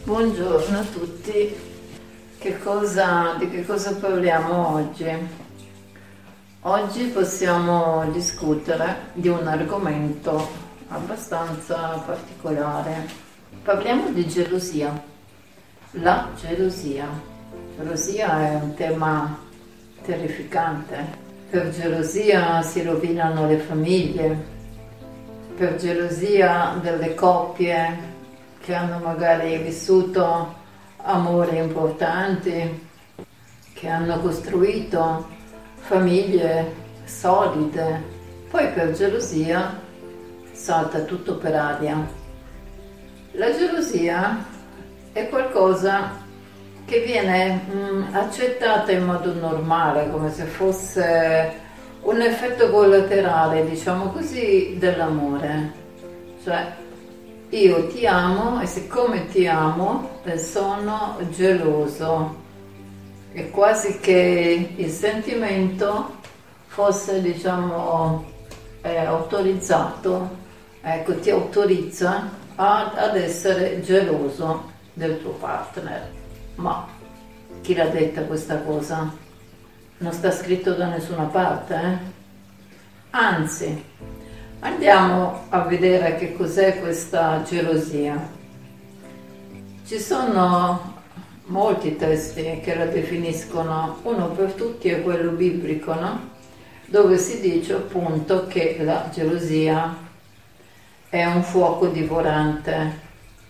Buongiorno a tutti, di che cosa parliamo oggi? Oggi possiamo discutere di un argomento abbastanza particolare. Parliamo di gelosia. La gelosia. Gelosia è un tema terrificante. Per gelosia si rovinano le famiglie, per gelosia delle coppie che hanno magari vissuto amori importanti, che hanno costruito famiglie solide, poi per gelosia salta tutto per aria. La gelosia è qualcosa che viene accettata in modo normale, come se fosse un effetto collaterale, diciamo così, dell'amore. Cioè, io ti amo e siccome ti amo sono geloso. È quasi che il sentimento fosse, diciamo, autorizzato, ecco, ti autorizza ad essere geloso del tuo partner. Ma chi l'ha detta questa cosa? Non sta scritto da nessuna parte, Anzi, andiamo a vedere che cos'è questa gelosia. Ci sono molti testi che la definiscono, uno per tutti è quello biblico, no? Dove si dice appunto che la gelosia è un fuoco divorante,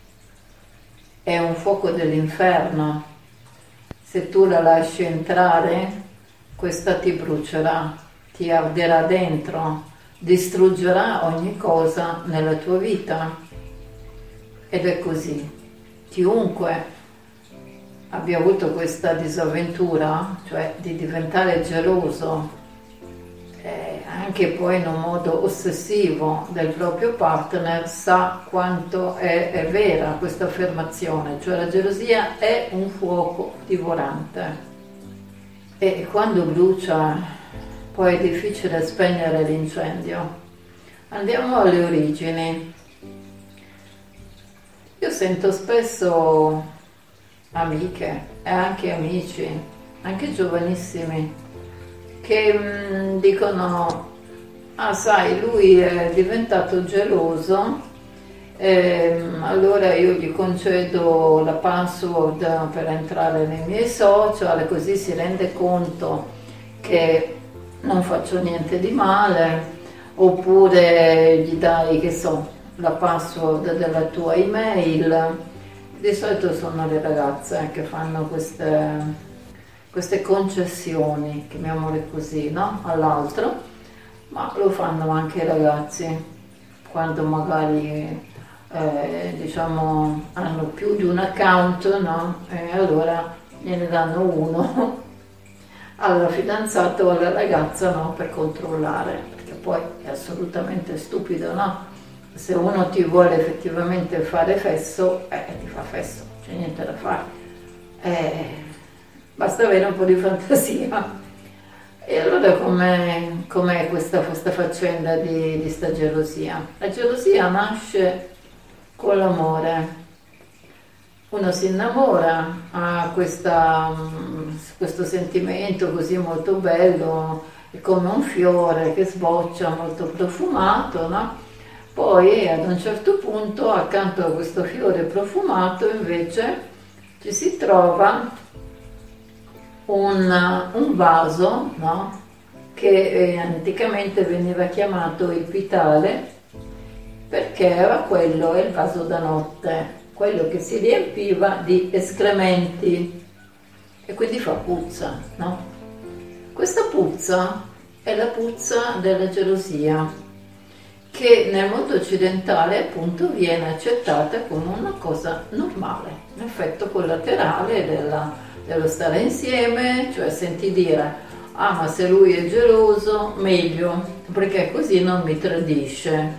è un fuoco dell'inferno. Se tu la lasci entrare, questa ti brucerà, ti arderà dentro, distruggerà ogni cosa nella tua vita. Ed è così. Chiunque abbia avuto questa disavventura, cioè di diventare geloso, anche poi in un modo ossessivo del proprio partner, sa quanto è vera questa affermazione, cioè la gelosia è un fuoco divorante. E quando brucia poi è difficile spegnere l'incendio. Andiamo alle origini. Io sento spesso amiche e anche amici, anche giovanissimi, che dicono: ah, sai, lui è diventato geloso, allora io gli concedo la password per entrare nei miei social, così si rende conto che non faccio niente di male. Oppure gli dai, che so, la password della tua email. Di solito sono le ragazze che fanno queste concessioni, chiamiamole così, no? All'altro, ma lo fanno anche i ragazzi quando magari diciamo hanno più di un account, no? E allora gliene danno uno al fidanzato o alla ragazza, no? Per controllare, perché poi è assolutamente stupido, no? Se uno ti vuole effettivamente fare fesso, ti fa fesso, c'è niente da fare, basta avere un po' di fantasia. E allora com'è questa faccenda di sta gelosia? La gelosia nasce con l'amore. Uno si innamora, ha questo sentimento così molto bello, è come un fiore che sboccia molto profumato, no? Poi ad un certo punto, accanto a questo fiore profumato, invece ci si trova un vaso, no? Che anticamente veniva chiamato epitale, perché era quello, il vaso da notte, quello che si riempiva di escrementi e quindi fa puzza, no? Questa puzza è la puzza della gelosia, che nel mondo occidentale appunto viene accettata come una cosa normale, un effetto collaterale dello stare insieme, cioè senti dire: ah, ma se lui è geloso meglio, perché così non mi tradisce.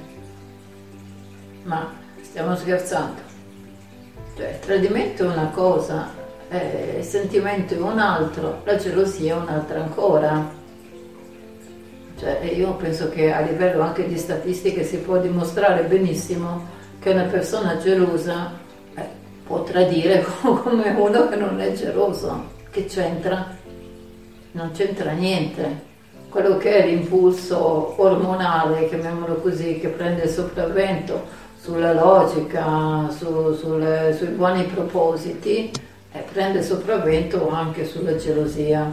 Ma stiamo scherzando? Cioè, il tradimento è una cosa, il sentimento è un altro, la gelosia è un'altra ancora. Cioè, io penso che a livello anche di statistiche si può dimostrare benissimo che una persona gelosa può tradire come uno che non è geloso. Che c'entra? Non c'entra niente. Quello che è l'impulso ormonale, chiamiamolo così, che prende il sopravvento sulla logica, sui buoni propositi, prende sopravvento anche sulla gelosia.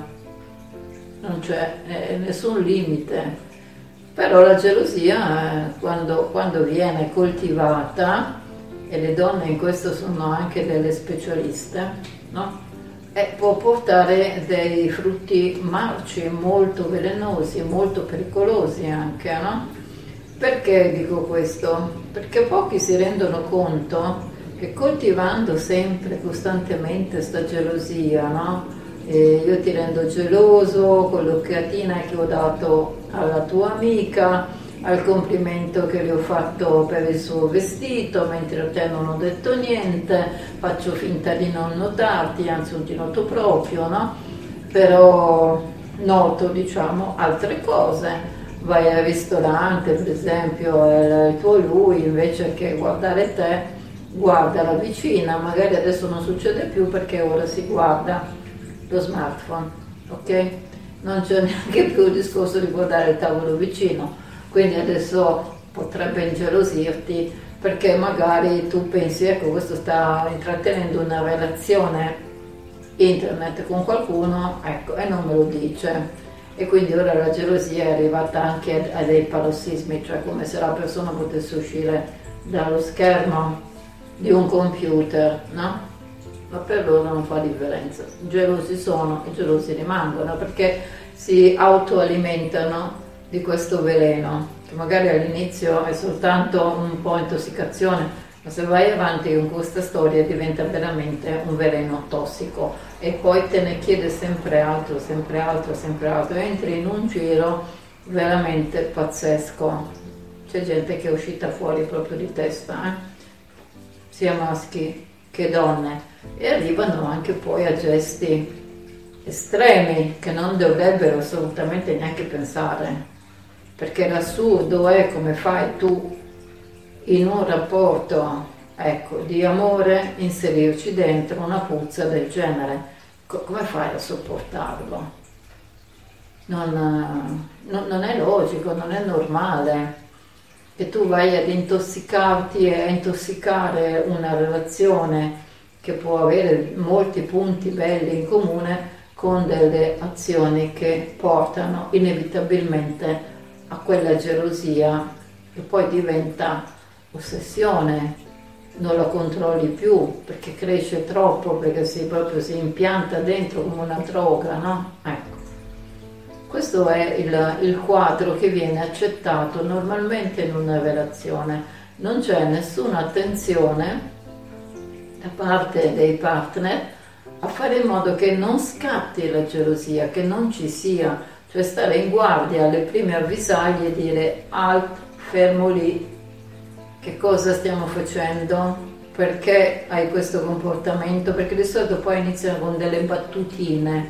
Non c'è nessun limite. Però la gelosia, quando viene coltivata, e le donne in questo sono anche delle specialiste, no? Può portare dei frutti marci, molto velenosi, molto pericolosi anche, no? Perché dico questo? Perché pochi si rendono conto che coltivando sempre, costantemente sta gelosia, no? Io ti rendo geloso con l'occhiatina che ho dato alla tua amica, al complimento che le ho fatto per il suo vestito, mentre a te non ho detto niente, faccio finta di non notarti, anzi non ti noto proprio, no? Però noto, diciamo, altre cose. Vai al ristorante, per esempio, il tuo lui, invece che guardare te, guarda la vicina, magari adesso non succede più perché ora si guarda lo smartphone, ok? Non c'è neanche più il discorso di guardare il tavolo vicino. Quindi adesso potrebbe ingelosirti perché magari tu pensi, ecco, questo sta intrattenendo una relazione internet con qualcuno, ecco, e non me lo dice. E quindi ora la gelosia è arrivata anche a dei parossismi, cioè come se la persona potesse uscire dallo schermo di un computer, no? Ma per loro non fa differenza. Gelosi sono e gelosi rimangono perché si autoalimentano di questo veleno, che magari all'inizio è soltanto un po' intossicazione, ma se vai avanti con questa storia diventa veramente un veleno tossico e poi te ne chiede sempre altro, sempre altro, sempre altro, entri in un giro veramente pazzesco. C'è gente che è uscita fuori proprio di testa, sia maschi che donne, e arrivano anche poi a gesti estremi che non dovrebbero assolutamente neanche pensare. Perché l'assurdo è come fai tu in un rapporto, ecco, di amore inserirci dentro una puzza del genere. Come fai a sopportarlo? Non è logico, non è normale che tu vai ad intossicarti e a intossicare una relazione che può avere molti punti belli in comune con delle azioni che portano inevitabilmente a quella gelosia che poi diventa ossessione, non la controlli più perché cresce troppo, perché proprio si impianta dentro come una droga, no? Ecco, questo è il quadro che viene accettato normalmente in una relazione. Non c'è nessuna attenzione da parte dei partner a fare in modo che non scatti la gelosia, che non ci sia. Cioè stare in guardia alle prime avvisaglie e dire alt, fermo lì, che cosa stiamo facendo, perché hai questo comportamento, perché di solito poi iniziano con delle battutine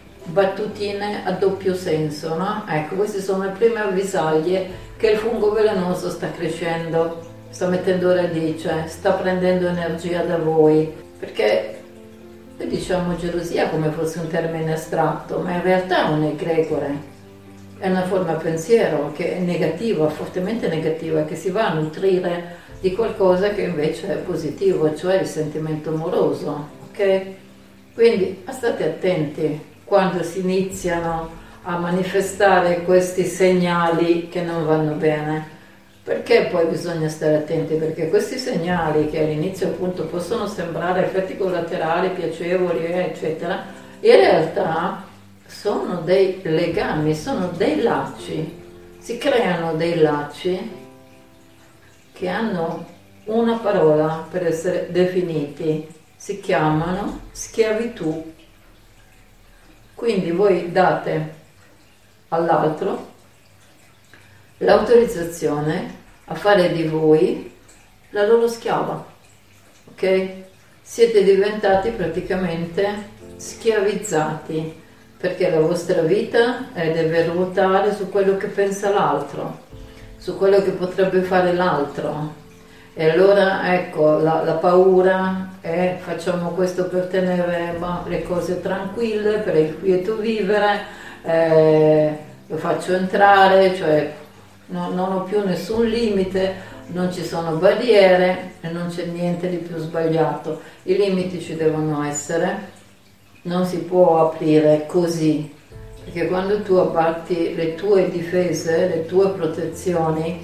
a doppio senso, no? Ecco, queste sono le prime avvisaglie che il fungo velenoso sta crescendo, sta mettendo radice, sta prendendo energia da voi, perché noi diciamo gelosia come fosse un termine astratto, ma in realtà è un egregore, è una forma pensiero che è negativa, fortemente negativa, che si va a nutrire di qualcosa che invece è positivo, cioè il sentimento amoroso, ok? Quindi state attenti quando si iniziano a manifestare questi segnali che non vanno bene. Perché poi bisogna stare attenti? Perché questi segnali che all'inizio appunto possono sembrare effetti collaterali, piacevoli, eccetera, in realtà sono dei legami, sono dei lacci. Si creano dei lacci che hanno una parola per essere definiti, si chiamano schiavitù. Quindi voi date all'altro l'autorizzazione a fare di voi la loro schiava, ok? Siete diventati praticamente schiavizzati, perché la vostra vita deve ruotare su quello che pensa l'altro, su quello che potrebbe fare l'altro. E allora ecco la paura è facciamo questo per tenere le cose tranquille, per il quieto vivere, lo faccio entrare, cioè non ho più nessun limite, non ci sono barriere e non c'è niente di più sbagliato. I limiti ci devono essere, non si può aprire così, perché quando tu abbatti le tue difese, le tue protezioni,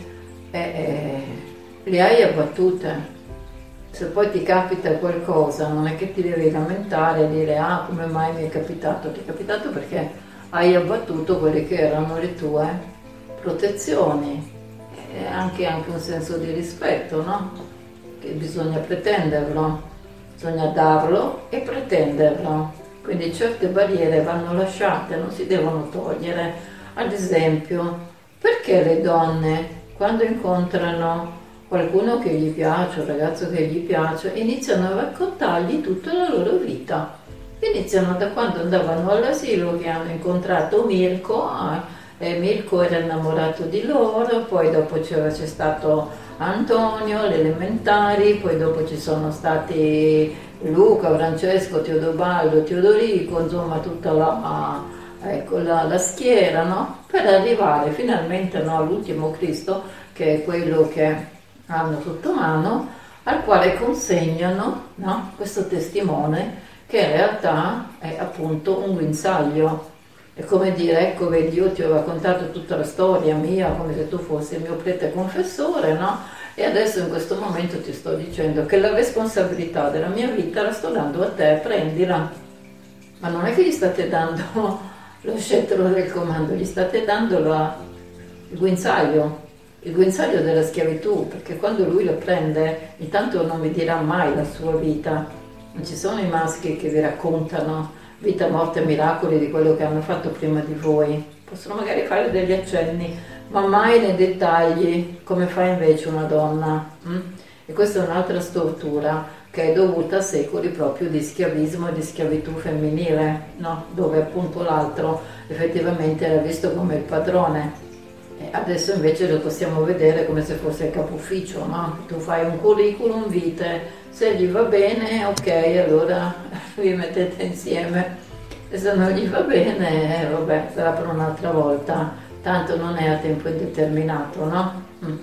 le hai abbattute. Se poi ti capita qualcosa, non è che ti devi lamentare e dire ah, come mai mi è capitato? Ti è capitato perché hai abbattuto quelle che erano le tue protezioni. E anche un senso di rispetto, no? Che bisogna pretenderlo, bisogna darlo e pretenderlo. Quindi certe barriere vanno lasciate, non si devono togliere. Ad esempio, perché le donne quando incontrano qualcuno che gli piace, un ragazzo che gli piace, iniziano a raccontargli tutta la loro vita. Iniziano da quando andavano all'asilo che hanno incontrato Mirko, e Mirko era innamorato di loro, poi dopo c'è stato Antonio, le elementari, poi dopo ci sono stati Luca, Francesco, Teodobaldo, Teodorico, insomma tutta la schiera, no? Per arrivare finalmente all'ultimo Cristo, che è quello che hanno sotto mano, al quale consegnano, no? Questo testimone che in realtà è appunto un guinzaglio. È come dire, ecco vedi, io ti ho raccontato tutta la storia mia come se tu fossi il mio prete confessore, no? E adesso in questo momento ti sto dicendo che la responsabilità della mia vita la sto dando a te, prendila. Ma non è che gli state dando lo scettro del comando, gli state dando il guinzaglio della schiavitù, perché quando lui lo prende, intanto non vi dirà mai la sua vita. Non ci sono i maschi che vi raccontano vita, morte e miracoli di quello che hanno fatto prima di voi. Possono magari fare degli accenni, ma mai nei dettagli, come fa invece una donna. E questa è un'altra stortura che è dovuta a secoli proprio di schiavismo e di schiavitù femminile, no? Dove appunto l'altro effettivamente era visto come il padrone. E adesso invece lo possiamo vedere come se fosse il capo ufficio, no? Tu fai un curriculum vitae, se gli va bene, ok, allora vi mettete insieme, e se non gli va bene, vabbè, sarà per un'altra volta, tanto non è a tempo indeterminato, no?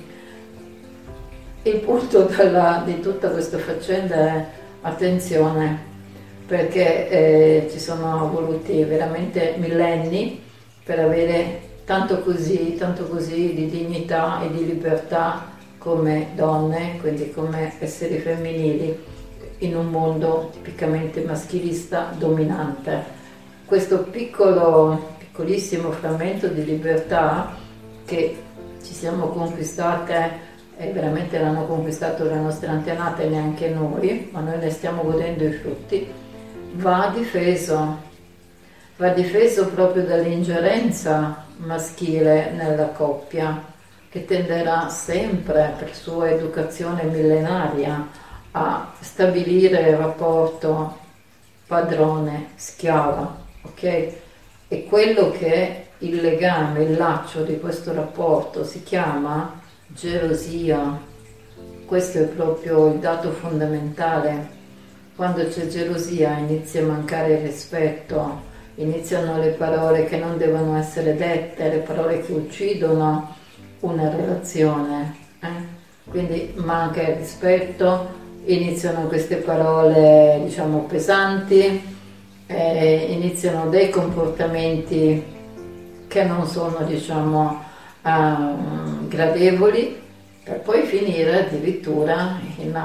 Il punto di tutta questa faccenda è attenzione, perché ci sono voluti veramente millenni per avere tanto così di dignità e di libertà come donne, quindi come esseri femminili in un mondo tipicamente maschilista dominante. Questo piccolissimo frammento di libertà che ci siamo conquistate e veramente l'hanno conquistato le nostre antenate, neanche noi, ma noi ne stiamo godendo i frutti, va difeso proprio dall'ingerenza maschile nella coppia, che tenderà sempre, per sua educazione millenaria, a stabilire il rapporto padrone-schiava, ok? E quello che è il legame, il laccio di questo rapporto si chiama gelosia. Questo è proprio il dato fondamentale. Quando c'è gelosia inizia a mancare il rispetto, iniziano le parole che non devono essere dette, le parole che uccidono una relazione. Quindi manca il rispetto, iniziano queste parole, diciamo, pesanti, iniziano dei comportamenti che non sono, diciamo, gradevoli, per poi finire addirittura in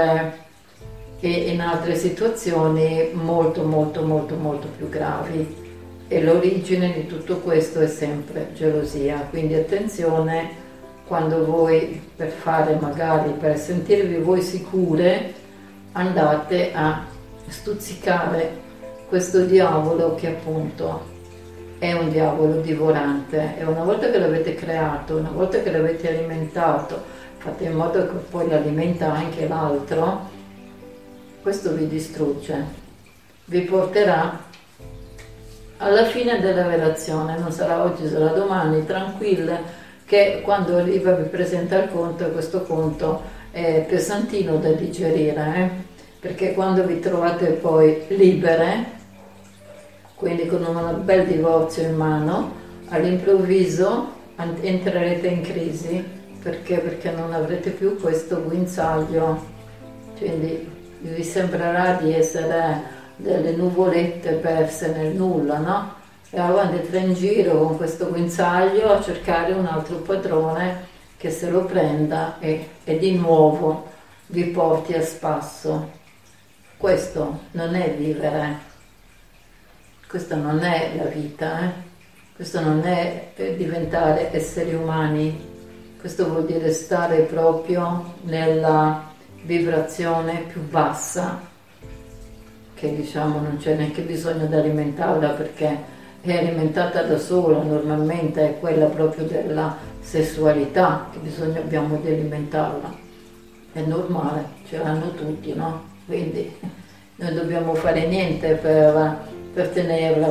altre situazioni molto più gravi. E l'origine di tutto questo è sempre gelosia, quindi attenzione quando voi per sentirvi voi sicure andate a stuzzicare questo diavolo che appunto è un diavolo divorante, e una volta che l'avete creato, una volta che l'avete alimentato, fate in modo che poi l'alimenta anche l'altro, questo vi distrugge, vi porterà alla fine della relazione, non sarà oggi, sarà domani, tranquille, che quando arriva vi presenta il conto, e questo conto è pesantino da digerire, perché quando vi trovate poi libere, quindi con un bel divorzio in mano, all'improvviso entrerete in crisi, perché non avrete più questo guinzaglio, quindi vi sembrerà di essere delle nuvolette perse nel nulla, no? E allora andrete in giro con questo guinzaglio a cercare un altro padrone che se lo prenda e di nuovo vi porti a spasso. Questo non è vivere, questa non è la vita, questo non è diventare esseri umani, questo vuol dire stare proprio nella vibrazione più bassa, che diciamo non c'è neanche bisogno di alimentarla perché è alimentata da sola, normalmente è quella proprio della sessualità che abbiamo di alimentarla, è normale, ce l'hanno tutti, no? Quindi non dobbiamo fare niente per tenerla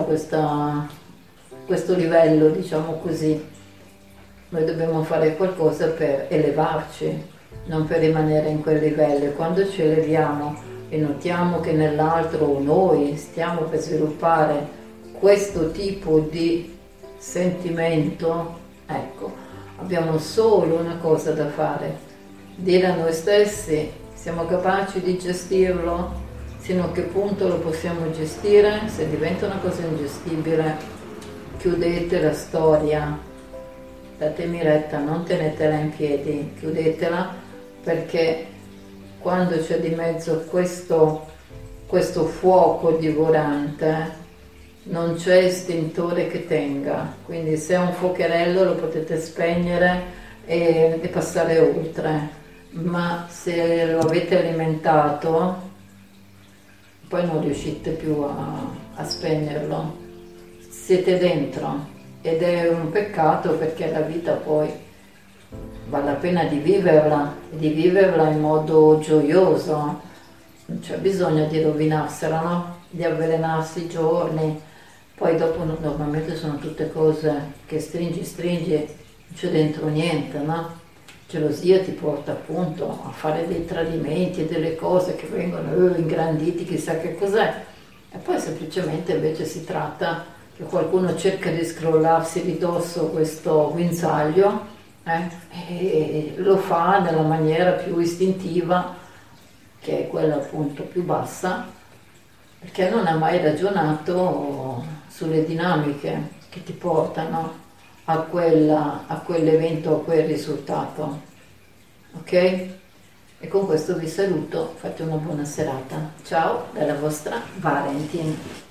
questo livello, diciamo così. Noi dobbiamo fare qualcosa per elevarci, non per rimanere in quel livello. E quando ci eleviamo e notiamo che nell'altro noi stiamo per sviluppare questo tipo di sentimento, ecco, abbiamo solo una cosa da fare: dire a noi stessi: siamo capaci di gestirlo? Sino a che punto lo possiamo gestire? Se diventa una cosa ingestibile, chiudete la storia, datemi retta, non tenetela in piedi, chiudetela, perché quando c'è di mezzo questo fuoco divorante non c'è estintore che tenga, quindi se è un fuocherello lo potete spegnere e passare oltre, ma se lo avete alimentato poi non riuscite più a spegnerlo, siete dentro ed è un peccato, perché la vita poi vale la pena di viverla in modo gioioso, non c'è bisogno di rovinarsela, no? Di avvelenarsi i giorni, poi dopo normalmente sono tutte cose che stringi, non c'è dentro niente, no? Gelosia ti porta appunto a fare dei tradimenti e delle cose che vengono ingranditi, chissà che cos'è, e poi semplicemente invece si tratta che qualcuno cerca di scrollarsi di dosso questo guinzaglio e lo fa nella maniera più istintiva, che è quella appunto più bassa, perché non ha mai ragionato sulle dinamiche che ti portano a quell'evento, a quel risultato. Ok? E con questo vi saluto, fate una buona serata. Ciao dalla vostra Valentin.